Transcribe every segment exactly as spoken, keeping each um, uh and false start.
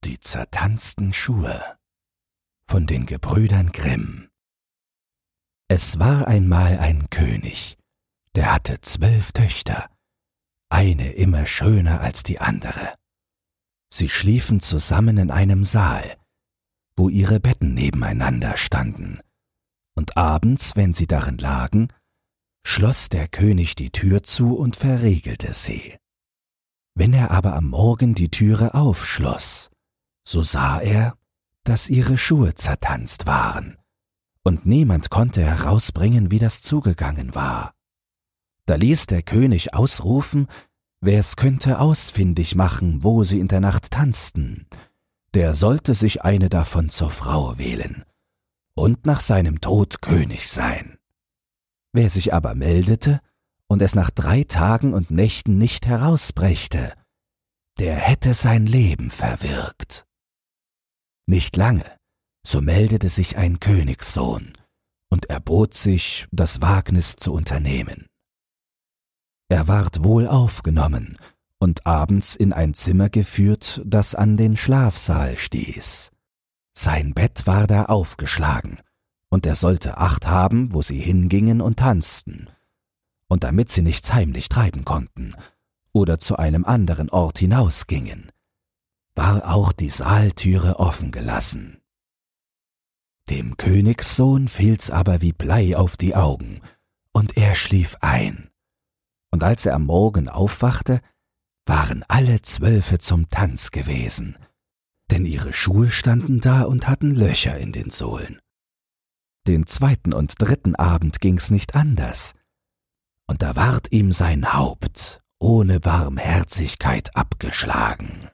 Die zertanzten Schuhe von den Gebrüdern Grimm. Es war einmal ein König, der hatte zwölf Töchter, eine immer schöner als die andere. Sie schliefen zusammen in einem Saal, wo ihre Betten nebeneinander standen, und abends, wenn sie darin lagen, schloss der König die Tür zu und verriegelte sie. Wenn er aber am Morgen die Türe aufschloss, so sah er, dass ihre Schuhe zertanzt waren, und niemand konnte herausbringen, wie das zugegangen war. Da ließ der König ausrufen, wer's könnte ausfindig machen, wo sie in der Nacht tanzten, der sollte sich eine davon zur Frau wählen und nach seinem Tod König sein. Wer sich aber meldete und es nach drei Tagen und Nächten nicht herausbrächte, der hätte sein Leben verwirkt. Nicht lange, so meldete sich ein Königssohn und erbot sich, das Wagnis zu unternehmen. Er ward wohl aufgenommen und abends in ein Zimmer geführt, das an den Schlafsaal stieß. Sein Bett war da aufgeschlagen, und er sollte Acht haben, wo sie hingingen und tanzten, und damit sie nichts heimlich treiben konnten oder zu einem anderen Ort hinausgingen, war auch die Saaltüre offen gelassen. Dem Königssohn fiel's aber wie Blei auf die Augen, und er schlief ein. Und als er am Morgen aufwachte, waren alle Zwölfe zum Tanz gewesen, denn ihre Schuhe standen da und hatten Löcher in den Sohlen. Den zweiten und dritten Abend ging's nicht anders, und da ward ihm sein Haupt ohne Barmherzigkeit abgeschlagen.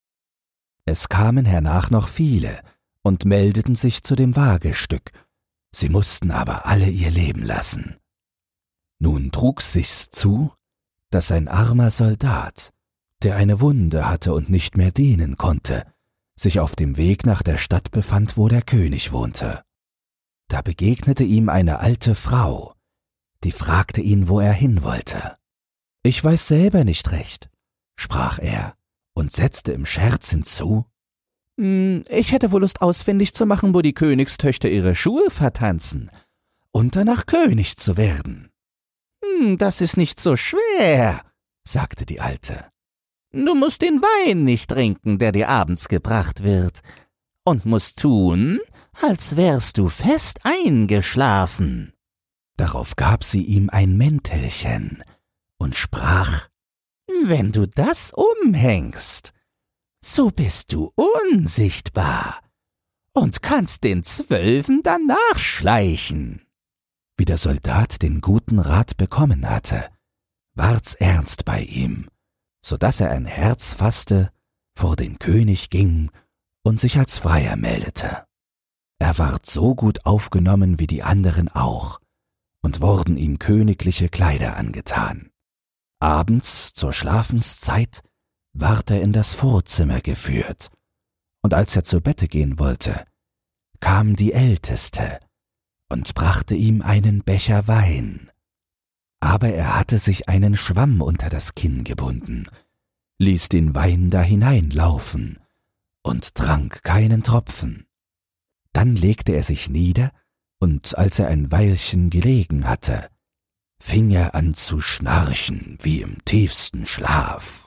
Es kamen hernach noch viele und meldeten sich zu dem Wagestück, sie mussten aber alle ihr Leben lassen. Nun trug's sich's zu, dass ein armer Soldat, der eine Wunde hatte und nicht mehr dienen konnte, sich auf dem Weg nach der Stadt befand, wo der König wohnte. Da begegnete ihm eine alte Frau, die fragte ihn, wo er hin wollte. »Ich weiß selber nicht recht«, sprach er und setzte im Scherz hinzu, »Ich hätte wohl Lust ausfindig zu machen, wo die Königstöchter ihre Schuhe vertanzen und danach König zu werden.« »Das ist nicht so schwer«, sagte die Alte. »Du musst den Wein nicht trinken, der dir abends gebracht wird, und musst tun, als wärst du fest eingeschlafen.« Darauf gab sie ihm ein Mäntelchen und sprach, »Wenn du das umhängst, so bist du unsichtbar und kannst den Zwölfen danach schleichen.« Wie der Soldat den guten Rat bekommen hatte, ward's ernst bei ihm, so daß er ein Herz fasste, vor den König ging und sich als Freier meldete. Er ward so gut aufgenommen wie die anderen auch, und wurden ihm königliche Kleider angetan. Abends zur Schlafenszeit ward er in das Vorzimmer geführt, und als er zu Bette gehen wollte, kam die Älteste und brachte ihm einen Becher Wein. Aber er hatte sich einen Schwamm unter das Kinn gebunden, ließ den Wein da hineinlaufen und trank keinen Tropfen. Dann legte er sich nieder, und als er ein Weilchen gelegen hatte, fing er an zu schnarchen wie im tiefsten Schlaf.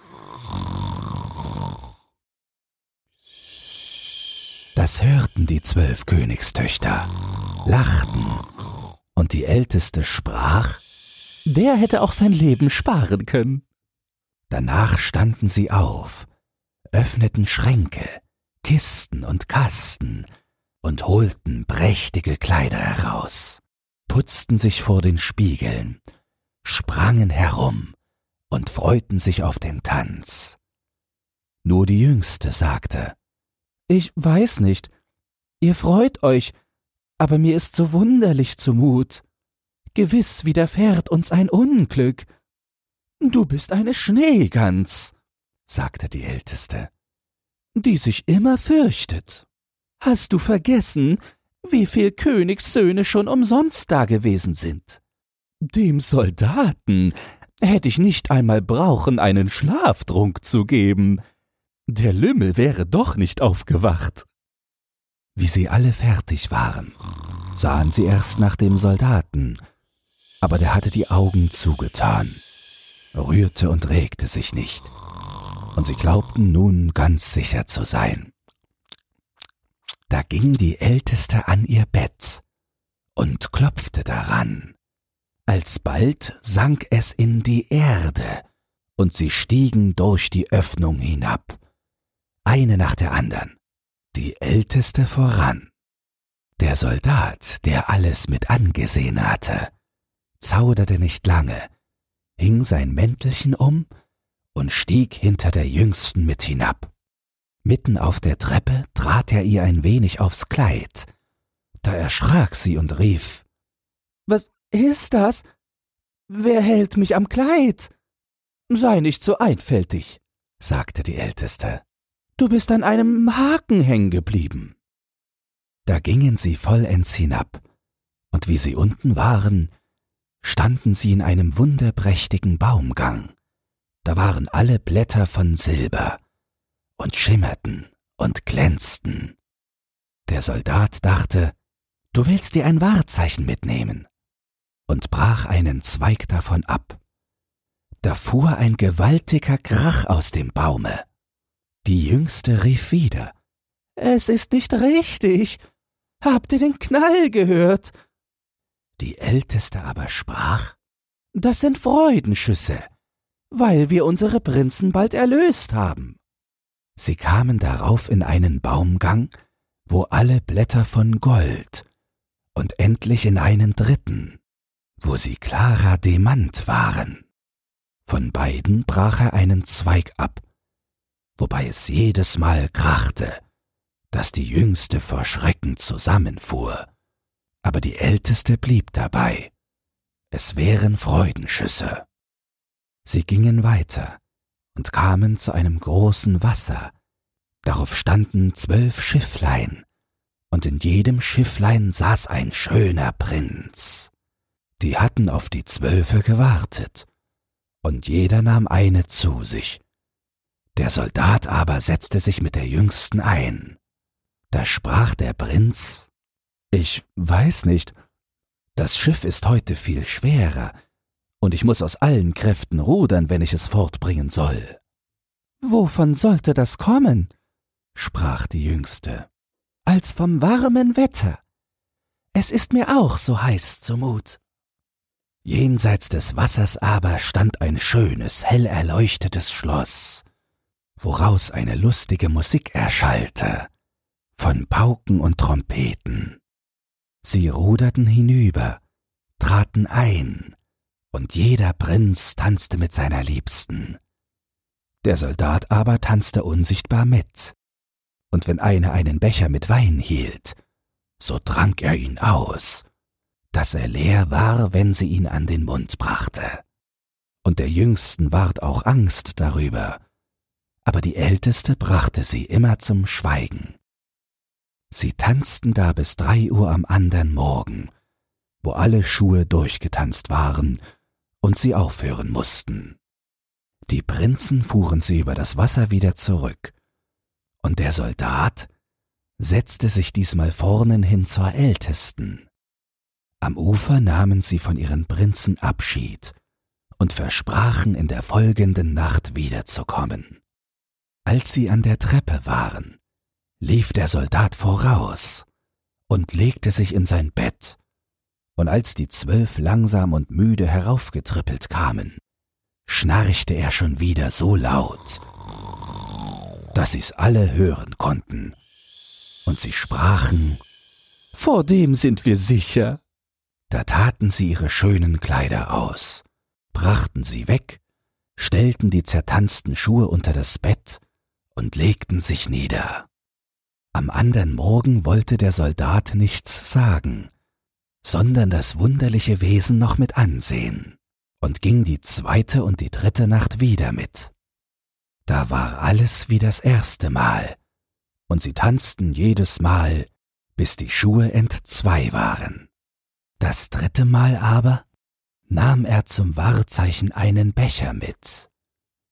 Das hörten die zwölf Königstöchter, lachten, und die Älteste sprach, »Der hätte auch sein Leben sparen können.« Danach standen sie auf, öffneten Schränke, Kisten und Kasten und holten prächtige Kleider heraus, putzten sich vor den Spiegeln, sprangen herum und freuten sich auf den Tanz. Nur die Jüngste sagte, »Ich weiß nicht, ihr freut euch, aber mir ist so wunderlich zumut. Gewiss widerfährt uns ein Unglück.« »Du bist eine Schneegans«, sagte die Älteste, »die sich immer fürchtet. Hast du vergessen, wie viel Königssöhne schon umsonst dagewesen sind? Dem Soldaten hätte ich nicht einmal brauchen, einen Schlaftrunk zu geben. Der Lümmel wäre doch nicht aufgewacht. Wie sie alle fertig waren, sahen sie erst nach dem Soldaten, aber der hatte die Augen zugetan, rührte und regte sich nicht, und sie glaubten nun ganz sicher zu sein. Da ging die Älteste an ihr Bett und klopfte daran. Alsbald sank es in die Erde, und sie stiegen durch die Öffnung hinab, eine nach der andern, die Älteste voran. Der Soldat, der alles mit angesehen hatte, zauderte nicht lange, hing sein Mäntelchen um und stieg hinter der Jüngsten mit hinab. Mitten auf der Treppe trat er ihr ein wenig aufs Kleid. Da erschrak sie und rief: »Was ist das? Wer hält mich am Kleid?« »Sei nicht so einfältig«, sagte die Älteste. »Du bist an einem Haken hängen geblieben.« Da gingen sie vollends hinab, und wie sie unten waren, standen sie in einem wunderprächtigen Baumgang. Da waren alle Blätter von Silber und schimmerten und glänzten. Der Soldat dachte, du willst dir ein Wahrzeichen mitnehmen, und brach einen Zweig davon ab. Da fuhr ein gewaltiger Krach aus dem Baume. Die Jüngste rief wieder: »Es ist nicht richtig. Habt ihr den Knall gehört?« Die Älteste aber sprach: »Das sind Freudenschüsse, weil wir unsere Prinzen bald erlöst haben.« Sie kamen darauf in einen Baumgang, wo alle Blätter von Gold, und endlich in einen dritten, wo sie klarer Demant waren. Von beiden brach er einen Zweig ab, wobei es jedes Mal krachte, dass die Jüngste vor Schrecken zusammenfuhr, aber die Älteste blieb dabei. Es wären Freudenschüsse. Sie gingen weiter und kamen zu einem großen Wasser. Darauf standen zwölf Schifflein, und in jedem Schifflein saß ein schöner Prinz. Die hatten auf die Zwölfe gewartet, und jeder nahm eine zu sich. Der Soldat aber setzte sich mit der Jüngsten ein. Da sprach der Prinz: »Ich weiß nicht, das Schiff ist heute viel schwerer, und ich muß aus allen Kräften rudern, wenn ich es fortbringen soll.« »Wovon sollte das kommen?« sprach die Jüngste. »Als vom warmen Wetter. Es ist mir auch so heiß zumut.« Jenseits des Wassers aber stand ein schönes, hell erleuchtetes Schloss, woraus eine lustige Musik erschallte, von Pauken und Trompeten. Sie ruderten hinüber, traten ein, und jeder Prinz tanzte mit seiner Liebsten. Der Soldat aber tanzte unsichtbar mit, und wenn einer einen Becher mit Wein hielt, so trank er ihn aus, dass er leer war, wenn sie ihn an den Mund brachte. Und der Jüngsten ward auch Angst darüber, aber die Älteste brachte sie immer zum Schweigen. Sie tanzten da bis drei Uhr am andern Morgen, wo alle Schuhe durchgetanzt waren und sie aufhören mussten. Die Prinzen fuhren sie über das Wasser wieder zurück, und der Soldat setzte sich diesmal vornen hin zur Ältesten. Am Ufer nahmen sie von ihren Prinzen Abschied und versprachen, in der folgenden Nacht wiederzukommen. Als sie an der Treppe waren, lief der Soldat voraus und legte sich in sein Bett, und als die Zwölf langsam und müde heraufgetrippelt kamen, schnarchte er schon wieder so laut, dass sie's alle hören konnten, und sie sprachen: »Vor dem sind wir sicher.« Da taten sie ihre schönen Kleider aus, brachten sie weg, stellten die zertanzten Schuhe unter das Bett und legten sich nieder. Am andern Morgen wollte der Soldat nichts sagen, sondern das wunderliche Wesen noch mit ansehen, und ging die zweite und die dritte Nacht wieder mit. Da war alles wie das erste Mal, und sie tanzten jedes Mal, bis die Schuhe entzwei waren. Das dritte Mal aber nahm er zum Wahrzeichen einen Becher mit.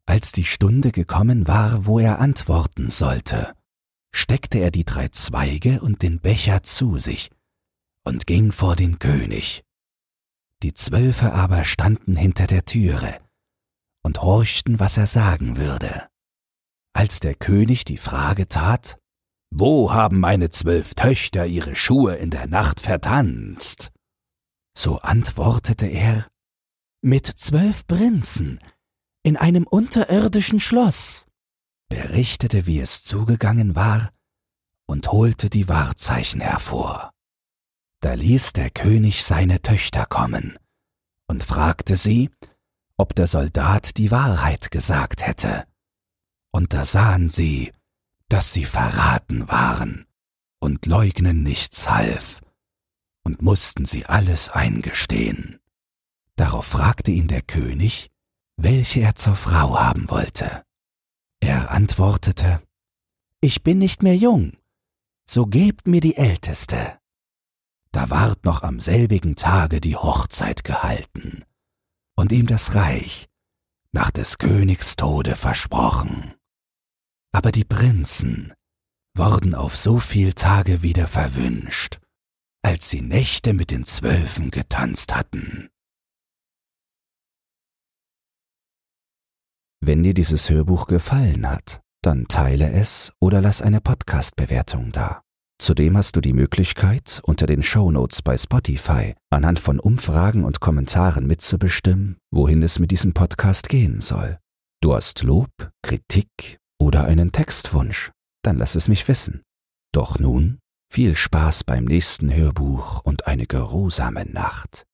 Als die Stunde gekommen war, wo er antworten sollte, steckte er die drei Zweige und den Becher zu sich und ging vor den König. Die Zwölfe aber standen hinter der Türe und horchten, was er sagen würde. Als der König die Frage tat, »Wo haben meine zwölf Töchter ihre Schuhe in der Nacht vertanzt?« so antwortete er, »Mit zwölf Prinzen in einem unterirdischen Schloss«, berichtete, wie es zugegangen war und holte die Wahrzeichen hervor. Da ließ der König seine Töchter kommen und fragte sie, ob der Soldat die Wahrheit gesagt hätte. Und da sahen sie, dass sie verraten waren und Leugnen nichts half, und mussten sie alles eingestehen. Darauf fragte ihn der König, welche er zur Frau haben wollte. Er antwortete, »Ich bin nicht mehr jung, so gebt mir die Älteste.« Da ward noch am selbigen Tage die Hochzeit gehalten und ihm das Reich nach des Königs Tode versprochen. Aber die Prinzen wurden auf so viel Tage wieder verwünscht, als sie Nächte mit den Zwölfen getanzt hatten. Wenn dir dieses Hörbuch gefallen hat, dann teile es oder lass eine Podcast-Bewertung da. Zudem hast du die Möglichkeit, unter den Shownotes bei Spotify anhand von Umfragen und Kommentaren mitzubestimmen, wohin es mit diesem Podcast gehen soll. Du hast Lob, Kritik oder einen Textwunsch, dann lass es mich wissen. Doch nun viel Spaß beim nächsten Hörbuch und eine geruhsame Nacht.